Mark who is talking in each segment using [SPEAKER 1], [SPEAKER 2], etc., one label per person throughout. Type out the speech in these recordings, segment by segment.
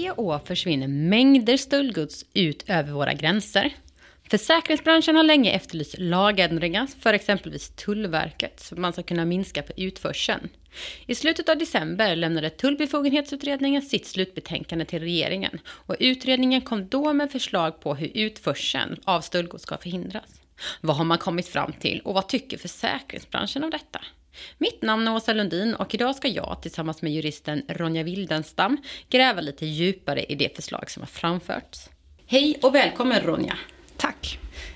[SPEAKER 1] Varje år försvinner mängder stöldgods ut över våra gränser. Försäkringsbranschen har länge efterlyst lagändringar för exempelvis Tullverket så att man ska kunna minska på utförseln. I slutet av december lämnade Tullbefogenhetsutredningen sitt slutbetänkande till regeringen och utredningen kom då med förslag på hur utförseln av stöldgods ska förhindras. Vad har man kommit fram till och vad tycker försäkringsbranschen om detta? Mitt namn är Åsa Lundin och idag ska jag tillsammans med juristen Ronja Wildenstam gräva lite djupare i det förslag som har framförts. Hej och välkommen Ronja.
[SPEAKER 2] Tack.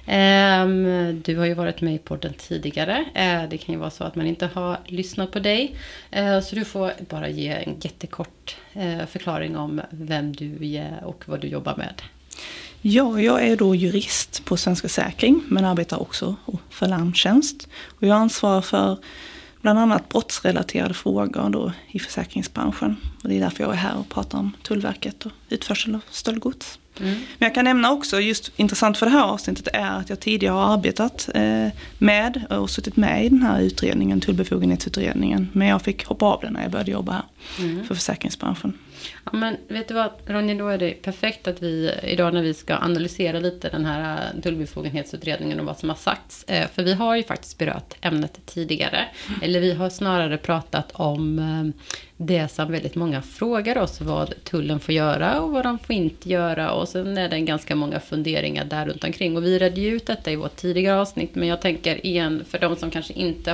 [SPEAKER 1] Du har ju varit med i podden tidigare. Det kan ju vara så att man inte har lyssnat på dig. Så du får bara ge en jättekort förklaring om vem du är och vad du jobbar med.
[SPEAKER 2] Ja, jag är då jurist på Svensk Försäkring men arbetar också för Larmtjänst. Och jag ansvarar för bland annat brottsrelaterade frågor då i försäkringsbranschen. Och det är därför jag är här och pratar om Tullverket och utförsel av stöldgods. Men jag kan nämna också, just intressant för det här avsnittet är att jag tidigare har arbetat med och suttit med i den här utredningen, Tullbefogenhetsutredningen. Men jag fick hoppa av den när jag började jobba här för försäkringsbranschen.
[SPEAKER 1] Ja, men vet du vad Ronja, då är det perfekt att vi idag när vi ska analysera lite den här tullbefogenhetsutredningen och vad som har sagts. För vi har ju faktiskt berört ämnet tidigare. Eller vi har snarare pratat om det som väldigt många frågar oss, vad tullen får göra och vad de får inte göra. Och sen är det ganska många funderingar där runt omkring. Och vi redde ju ut detta i vårt tidigare avsnitt. Men jag tänker igen, för de som kanske inte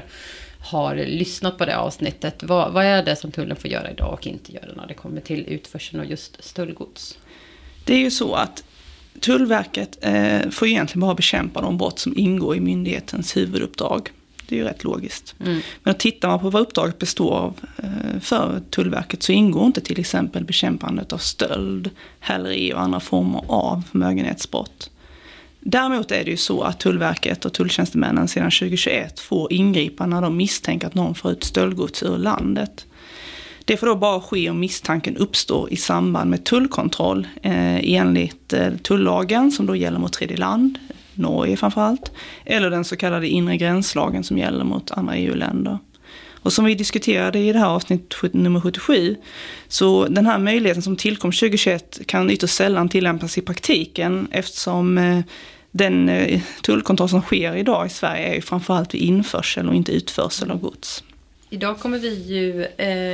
[SPEAKER 1] har lyssnat på det avsnittet. Vad är det som tullen får göra idag och inte göra när det kommer till utförseln av just stöldgods?
[SPEAKER 2] Det är ju så att Tullverket får egentligen bara bekämpa de brott som ingår i myndighetens huvuduppdrag. Det är ju rätt logiskt. Men tittar man på vad uppdraget består av för Tullverket så ingår inte till exempel bekämpandet av stöld, häleri och andra former av förmögenhetsbrott. Däremot är det ju så att Tullverket och tulltjänstemännen sedan 2021 får ingripa när de misstänker att någon får ut stöldgods ur landet. Det får då bara ske om misstanken uppstår i samband med tullkontroll enligt tullagen som då gäller mot tredje land, Norge framförallt, eller den så kallade inre gränslagen som gäller mot andra EU-länder. Och som vi diskuterade i det här avsnitt nummer 77 så den här möjligheten som tillkom 2021 kan ytterst sällan tillämpas i praktiken eftersom den tullkontroll som sker idag i Sverige är ju framförallt vid införsel och inte utförsel av gods.
[SPEAKER 1] Idag kommer vi ju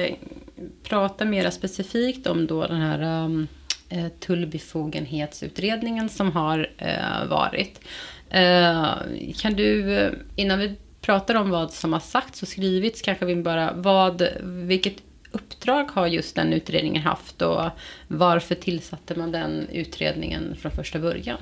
[SPEAKER 1] prata mer specifikt om då den här tullbefogenhetsutredningen som har varit. Kan du, innan vi pratar om vad som har sagts och skrivits, kanske vi bara, vilket uppdrag har just den utredningen haft och varför tillsatte man den utredningen från första början?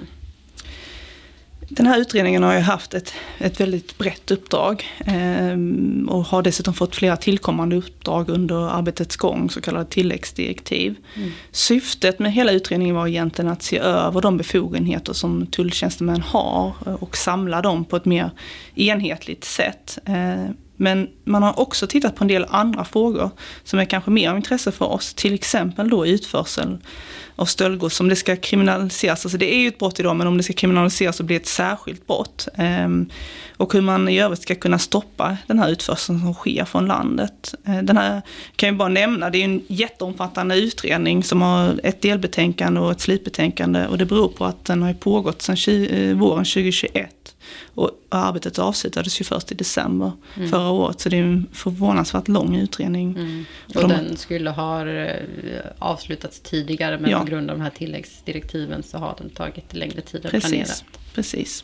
[SPEAKER 2] Den här utredningen har ju haft ett väldigt brett uppdrag och har dessutom fått flera tillkommande uppdrag under arbetets gång, så kallade tilläggsdirektiv. Syftet med hela utredningen var egentligen att se över de befogenheter som tulltjänstemän har och samla dem på ett mer enhetligt sätt. Men man har också tittat på en del andra frågor som är kanske mer av intresse för oss. Till exempel då utförsel av stöldgods som det ska kriminaliseras. Alltså det är ju ett brott idag, men om det ska kriminaliseras så blir det ett särskilt brott. Och hur man i övrigt ska kunna stoppa den här utförseln som sker från landet. Den här kan jag bara nämna, det är en jätteomfattande utredning som har ett delbetänkande och ett slutbetänkande. Och det beror på att den har pågått sedan våren 2021. Och arbetet avslutades ju först i december förra året. Så det är en förvånansvärt lång utredning.
[SPEAKER 1] Och den skulle ha avslutats tidigare, men på grund av de här tilläggsdirektiven så har den tagit längre tid än planerat.
[SPEAKER 2] Precis.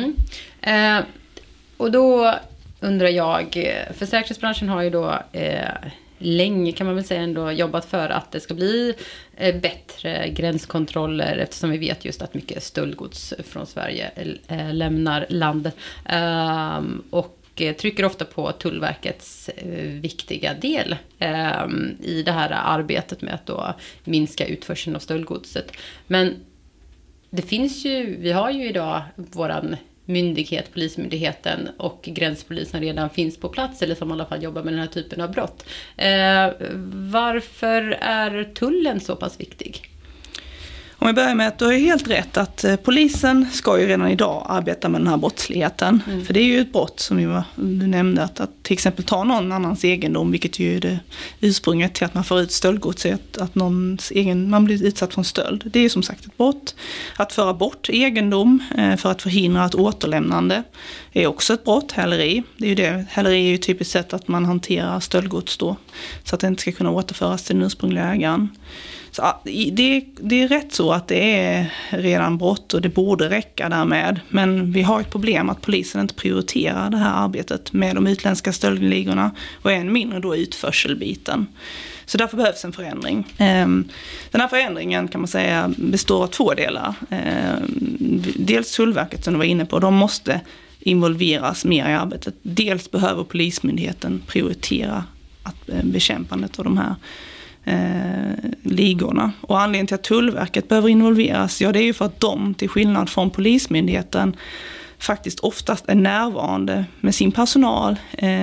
[SPEAKER 1] Och då undrar jag, försäkringsbranschen har ju då länge kan man väl säga ändå jobbat för att det ska bli bättre gränskontroller eftersom vi vet just att mycket stöldgods från Sverige lämnar landet och trycker ofta på Tullverkets viktiga del i det här arbetet med att då minska utförseln av stöldgodset. Men det finns ju, vi har ju idag våran myndighet, polismyndigheten och gränspolisen redan finns på plats eller som i alla fall jobbar med den här typen av brott. Varför är tullen så pass viktig?
[SPEAKER 2] Om vi börjar med att du har helt rätt att polisen ska ju redan idag arbeta med den här brottsligheten. För det är ju ett brott som du nämnde, att till exempel ta någon annans egendom, vilket ju är det ursprunget till att man får ut stöldgods, att man blir utsatt för en stöld. Det är ju som sagt ett brott. Att föra bort egendom för att förhindra ett återlämnande är också ett brott, häleri. Det är ju det. Häleri är ju typiskt sett att man hanterar stöldgods då, så att det inte ska kunna återföras till den ursprungliga ägaren. Så det är rätt så att det är redan brott och det borde räcka därmed. Men vi har ett problem att polisen inte prioriterar det här arbetet med de utländska stöldligorna och än mindre då utförselbiten. Så därför behövs en förändring. Den här förändringen kan man säga består av två delar. Dels Tullverket som du var inne på, de måste involveras mer i arbetet. Dels behöver polismyndigheten prioritera bekämpandet av de här ligorna. Och anledningen till att Tullverket behöver involveras, det är ju för att de, till skillnad från polismyndigheten, faktiskt oftast är närvarande med sin personal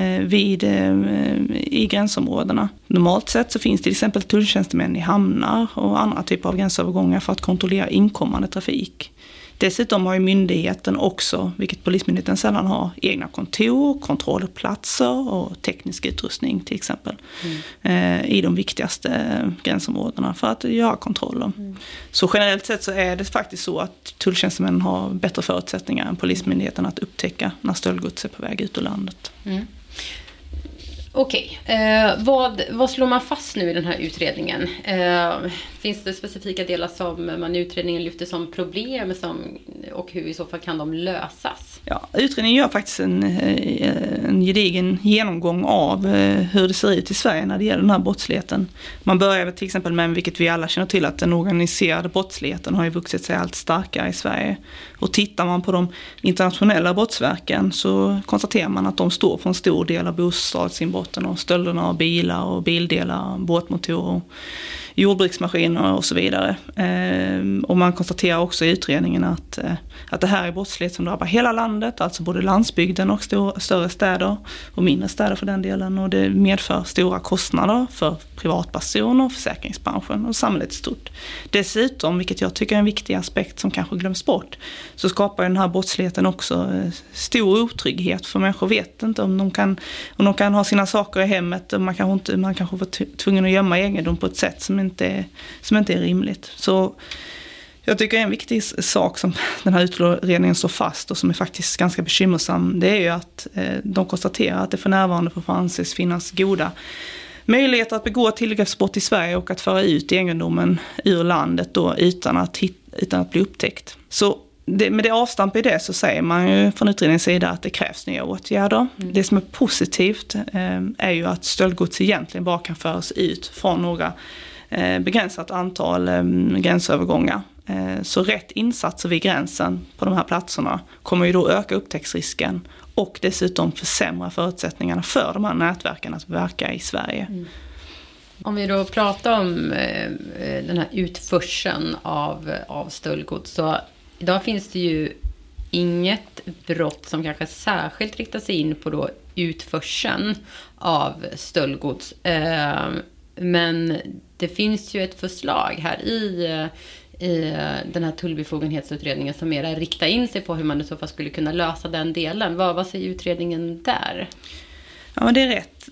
[SPEAKER 2] i gränsområdena. Normalt sett så finns det till exempel tulltjänstemän i hamnar och andra typer av gränsövergångar för att kontrollera inkommande trafik. Dessutom har ju myndigheten också, vilket polismyndigheten sällan har, egna kontor, kontrollplatser och teknisk utrustning till exempel i de viktigaste gränsområdena för att göra kontroller. Så generellt sett så är det faktiskt så att tulltjänstemännen har bättre förutsättningar än polismyndigheten att upptäcka när stöldgods är på väg ut ur landet.
[SPEAKER 1] Okej, vad slår man fast nu i den här utredningen? Finns det specifika delar som man i utredningen lyfter som problem och hur i så fall kan de lösas?
[SPEAKER 2] Ja, utredningen gör faktiskt en gedigen genomgång av hur det ser ut i Sverige när det gäller den här brottsligheten. Man börjar till exempel med, vilket vi alla känner till, att den organiserade brottsligheten har ju vuxit sig allt starkare i Sverige. Och tittar man på de internationella brottsverken så konstaterar man att de står för en stor del av bostadsinbrotten och stölderna av bilar och bildelar, båtmotorer, jordbruksmaskiner och så vidare. Och man konstaterar också i utredningen att det här är brottslighet som drabbar hela landet, alltså både landsbygden och större städer och mindre städer för den delen. Och det medför stora kostnader för privatpersoner, försäkringsbranschen och samhället stort. Dessutom, vilket jag tycker är en viktig aspekt som kanske glöms bort, så skapar den här brottsligheten också stor otrygghet, för människor vet inte om de kan ha sina saker i hemmet och man kanske var tvungen att gömma egendom på ett sätt som inte är rimligt. Så jag tycker en viktig sak som den här utredningen står fast och som är faktiskt ganska bekymmersam, det är ju att de konstaterar att det för närvarande får anses finnas goda möjligheter att begå tillgreppsbrott i Sverige och att föra ut egendomen ur landet då utan att bli upptäckt. Så med det avstamp i det så säger man ju från utredningens sida att det krävs nya åtgärder. Det som är positivt är ju att stöldgods egentligen bara kan föras ut från några begränsat antal gränsövergångar. Så rätt insatser vid gränsen på de här platserna kommer ju då öka upptäcktsrisken och dessutom försämra förutsättningarna för de här nätverken att verka i Sverige.
[SPEAKER 1] Om vi då pratar om den här utförseln av stöldgods, så idag finns det ju inget brott som kanske särskilt riktar sig in på då utförseln av stöldgods. Men det finns ju ett förslag här i den här tullbefogenhetsutredningen som mer riktar in sig på hur man i så fall skulle kunna lösa den delen. Vad säger utredningen där?
[SPEAKER 2] Ja, men det är rätt.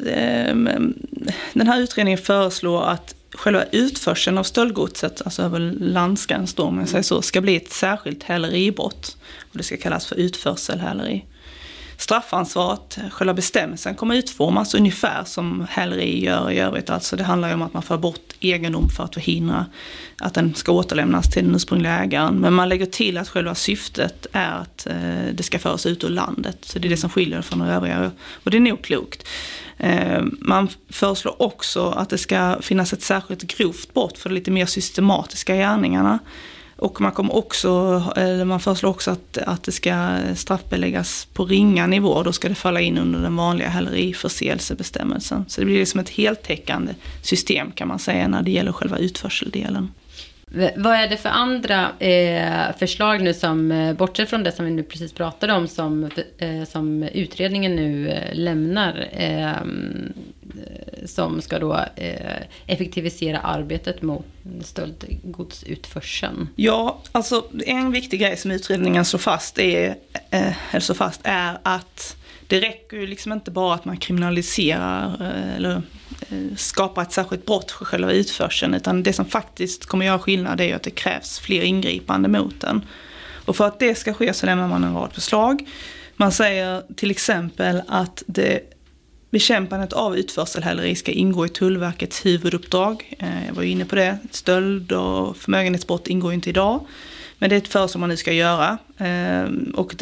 [SPEAKER 2] Den här utredningen föreslår att själva utförseln av stöldgodset, alltså över landsgräns då, men säger så, ska bli ett särskilt häleribrott. Och det ska kallas för utförselhäleri. Straffansvaret, själva bestämmelsen, kommer utformas ungefär som häleri gör i övrigt. Alltså det handlar ju om att man för bort egendom för att förhindra att den ska återlämnas till den ursprungliga ägaren. Men man lägger till att själva syftet är att det ska föras ut ur landet. Så det är det som skiljer från de övriga. Och det är nog klokt. Man föreslår också att det ska finnas ett särskilt grovt brott för de lite mer systematiska gärningarna. Och man föreslår också att det ska straffbeläggas på ringa nivå. Då ska det falla in under den vanliga häleriförseelsebestämmelsen. Så det blir som ett heltäckande system kan man säga när det gäller själva utförseldelen.
[SPEAKER 1] Vad är det för andra förslag nu som, bortsett från det som vi nu precis pratade om, som utredningen nu lämnar? som ska då effektivisera arbetet mot stöldgodsutförseln.
[SPEAKER 2] Ja, alltså en viktig grej som utredningen slår fast är att det räcker ju liksom inte bara att man kriminaliserar eller skapar ett särskilt brott för själva utförseln, utan det som faktiskt kommer göra skillnad är ju att det krävs fler ingripande mot den. Och för att det ska ske så lämnar man en rad förslag. Man säger till exempel att bekämpandet av utförselhäleri ska ingå i Tullverkets huvuduppdrag. Jag var inne på det. Stöld och förmögenhetsbrott ingår inte idag. Men det är ett föreslår man nu ska göra. Och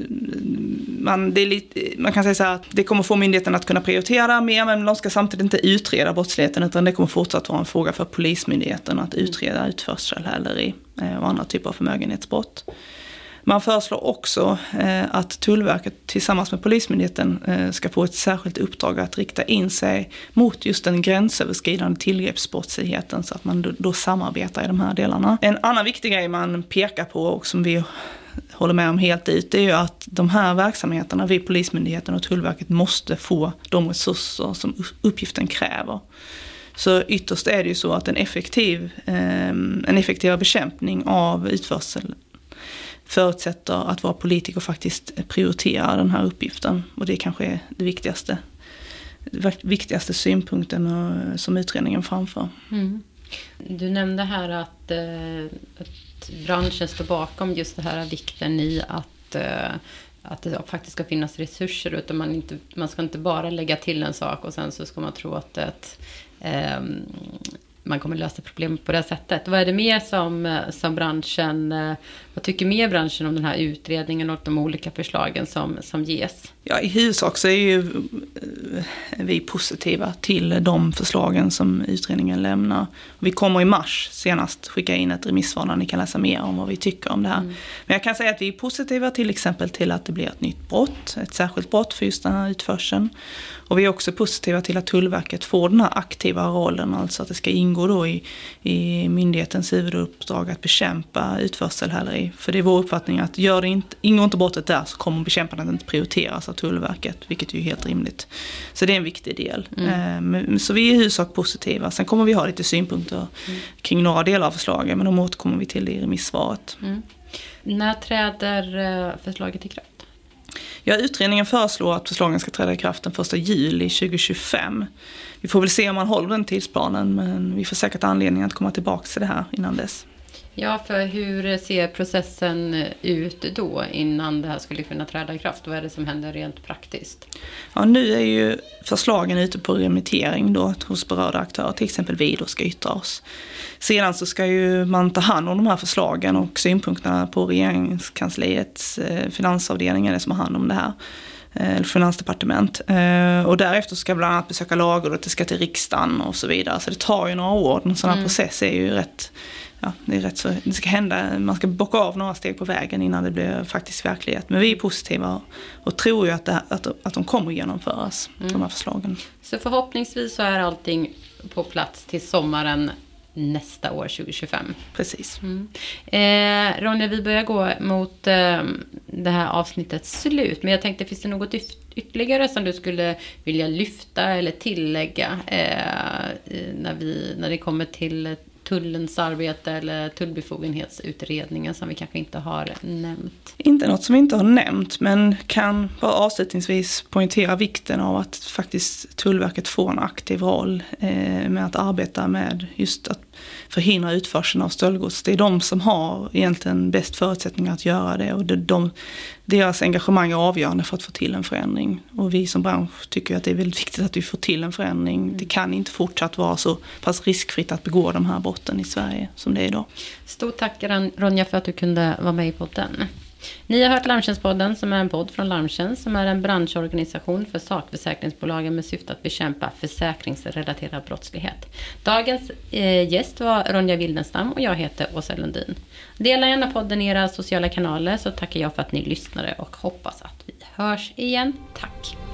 [SPEAKER 2] man kan säga så här att det kommer få myndigheten att kunna prioritera det mer, men de ska samtidigt inte utreda brottsligheten, utan det kommer fortsatt vara en fråga för polismyndigheten att utreda utförselhäleri och andra typer av förmögenhetsbrott. Man föreslår också att Tullverket tillsammans med polismyndigheten ska få ett särskilt uppdrag att rikta in sig mot just den gränsöverskridande tillgreppsbrottsligheten, så att man då samarbetar i de här delarna. En annan viktig grej man pekar på och som vi håller med om helt ut, är ju att de här verksamheterna vid polismyndigheten och Tullverket måste få de resurser som uppgiften kräver. Så ytterst är det ju så att en effektivare bekämpning av utförsel förutsätter att våra politiker faktiskt prioriterar den här uppgiften. Och det kanske är det viktigaste synpunkten som utredningen framför.
[SPEAKER 1] Mm. Du nämnde här att branschen står bakom just det här vikten i att det faktiskt ska finnas resurser, utan man ska inte bara lägga till en sak och sen så ska man tro att man kommer lösa problemet på det sättet. Vad är det mer som branschen, vad tycker mer branschen om den här utredningen och de olika förslagen som ges?
[SPEAKER 2] Ja, i huvudsak så är ju vi positiva till de förslagen som utredningen lämnar. Vi kommer i mars senast skicka in ett remissvar där ni kan läsa mer om vad vi tycker om det här. Men jag kan säga att vi är positiva till exempel till att det blir ett nytt brott, ett särskilt brott för just den här utförseln. Och vi är också positiva till att Tullverket får den här aktiva rollen, alltså att det ska ingå då i myndighetens huvuduppdrag att bekämpa utförselhäleri. För det är vår uppfattning att ingår inte brottet där, så kommer bekämpandet inte prioriteras av Tullverket, vilket är ju helt rimligt. Så det är en viktig del. Så vi är i huvudsak positiva. Sen kommer vi ha lite synpunkter kring några delar av förslagen, men de återkommer vi till i remissvaret.
[SPEAKER 1] När träder förslaget i kraft?
[SPEAKER 2] Ja, utredningen föreslår att förslagen ska träda i kraft den 1 juli 2025. Vi får väl se om man håller den tidsplanen, men vi får säkert anledning att komma tillbaka till det här innan dess.
[SPEAKER 1] Ja, för hur ser processen ut då innan det här skulle kunna träda i kraft? Vad är det som händer rent praktiskt?
[SPEAKER 2] Ja, nu är ju förslagen ute på remittering då hos berörda aktörer, till exempel vi då ska yttra oss. Sedan så ska ju man ta hand om de här förslagen och synpunkterna på regeringskansliets finansavdelning, är det som har hand om det här. Eller finansdepartement. Och därefter ska bland annat besöka lagrådet, det ska till riksdagen och så vidare. Så det tar ju några år. En sån här process är ju rätt... Ja, det är rätt så, det ska hända, man ska bocka av några steg på vägen innan det blir faktiskt verklighet. Men vi är positiva och tror ju att de kommer att genomföras, de här förslagen. Så
[SPEAKER 1] förhoppningsvis så är allting på plats till sommaren nästa år, 2025.
[SPEAKER 2] Precis.
[SPEAKER 1] Ronja, vi börjar gå mot det här avsnittets slut. Men jag tänkte, finns det något ytterligare som du skulle vilja lyfta eller tillägga när det kommer till tullens arbete eller tullbefogenhetsutredningen som vi kanske inte har nämnt?
[SPEAKER 2] Inte något som vi inte har nämnt, men kan bara avslutningsvis poängtera vikten av att faktiskt Tullverket får en aktiv roll med att arbeta med just att förhindra utförseln av stöldgods. Det är de som har egentligen bäst förutsättningar att göra det, och deras engagemang är avgörande för att få till en förändring. Och vi som bransch tycker att det är väldigt viktigt att vi får till en förändring. Det kan inte fortsatt vara så pass riskfritt att begå de här brotten i Sverige som det är idag.
[SPEAKER 1] Stort tack Ronja för att du kunde vara med i podden. Ni har hört Larmtjänstpodden, som är en podd från Larmtjänst, som är en branschorganisation för sakförsäkringsbolagen med syfte att bekämpa försäkringsrelaterad brottslighet. Dagens gäst var Ronja Wildenstam och jag heter Åsa Lundin. Dela gärna podden i era sociala kanaler, så tackar jag för att ni lyssnade och hoppas att vi hörs igen. Tack!